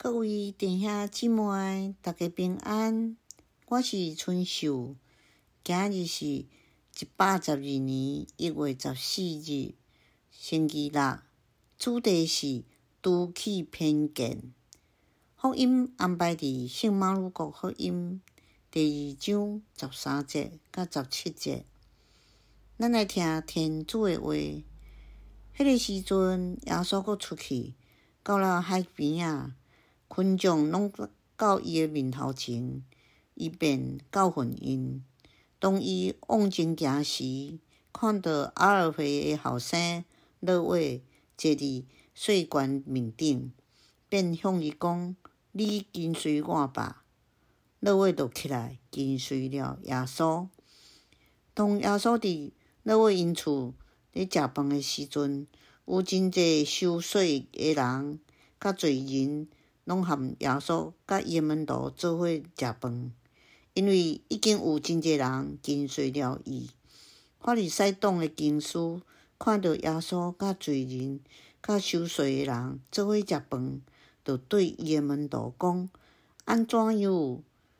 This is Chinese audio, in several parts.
各位弟兄姊妹，大家平安。我是春秀，今日是112年1月14日，星期六。主题是拄起偏见。福音安排伫圣马鲁国福音第2章13节到17节。咱来听天主的话。迄个时阵，耶稣阁出去，到了海边仔。群众拢到伊的面头前，以便教训因。当伊往前行时，看到阿尔斐的后生勒伟坐伫税关面顶，便向伊讲：“你跟随我吧。”勒伟就起来跟随了耶稣。当耶稣伫勒伟因厝咧食饭的时阵，有真济收税的人甲罪人。拢含耶稣甲伊的门徒做伙食饭，因为已经有真济人跟随了伊。法利赛党的经师看到耶稣甲罪人、甲收税的人做伙食饭，就对伊的门徒讲：“安怎样？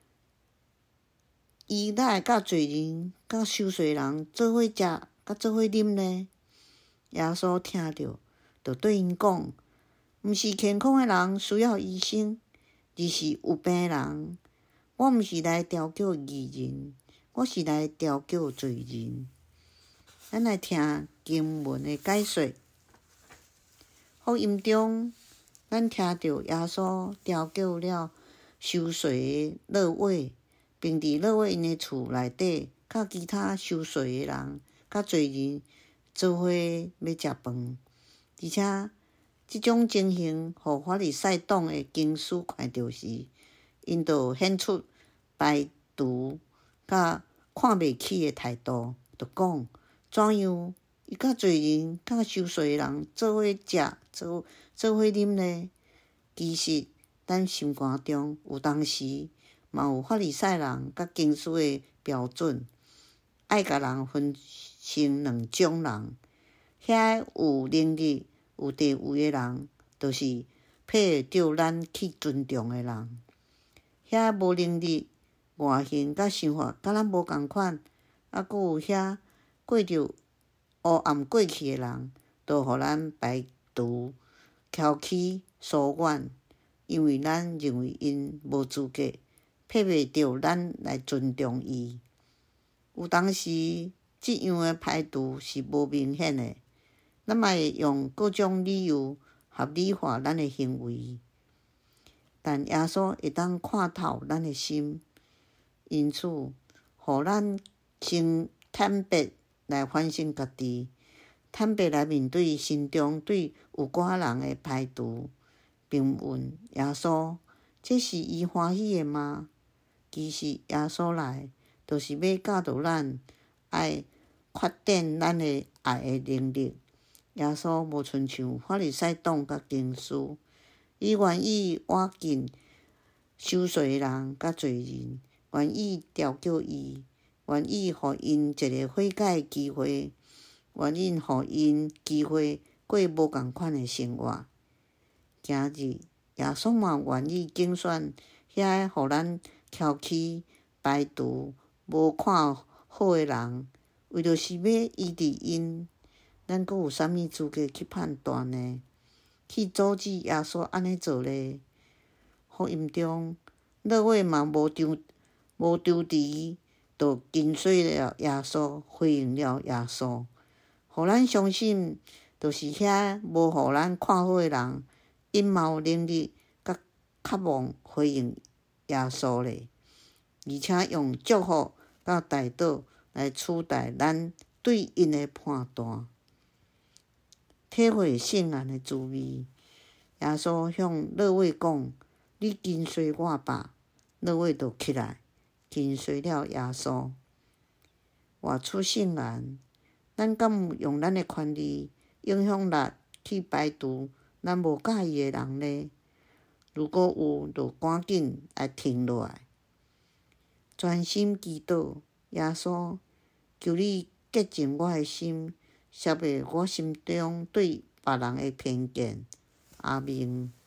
伊哪会甲罪人、甲收税人做伙食、甲做伙啉呢？”耶稣听着，就对因讲：“毋是健康的人需要医生，而是有病的人。我毋是来调教义人，我是来调教罪人。”咱来听经文的解说。福音中，咱听到耶稣调教了收税的勒伟，并伫勒伟因的厝内底，甲其他收税的人、甲罪人做伙要食饭，而且即种情形，互法利赛党的经师看到时，因就显出排除甲看袂起的态度，就讲：怎样伊甲罪人、甲收税的人做伙食、做伙啉呢？其实，咱心肝中有当时嘛有法利赛人甲经师的标准，爱甲人分成两种人。遐有能力、有地位的人，就是配着咱去尊重的人；遐无能力、外形甲想法甲咱无共款，阁有遐过着黑暗过去的人，就互咱排除、挑起、疏远，因为咱认为因无资格，配袂着咱来尊重伊。有当时，即样的排除是无明显的。咱嘛会用各种理由合理化咱的行为，但耶稣会当看透咱的心，因此，互咱先坦白来反省家己，坦白来面对心中对有寡人的排除，并问耶稣：这是伊欢喜的吗？其实耶稣来，就是要教导咱爱发展咱的爱的能力。耶稣无亲像法利赛党甲经师，伊愿意挽紧收税的人甲罪人，愿意调教伊，愿意互因一个悔改的机会，愿意互因机会过无共款的生活。今日耶稣嘛愿意竞选遐互咱挑起、排除、无看好的人，为着是要医治因。咱阁有啥物资格去判断呢？去阻止耶稣安尼做呢？福音中，勒伟嘛无丢迟，就跟随了耶稣，回应了耶稣。互咱相信，就是遐无互咱看好的人，因嘛有能力甲渴望回应耶稣咧，而且用祝福甲代祷来取代咱对因的判断。体会圣言的滋味，耶稣向勒伟讲：“你跟随我吧。”勒伟就起来跟随了耶稣。活出圣言，咱敢有用咱的权利、影响力去排除咱无介意的人呢？如果有，就赶紧来停落来，专心祈祷。耶稣，求你洁净我的心。消灭我心中对别人的偏见。阿明。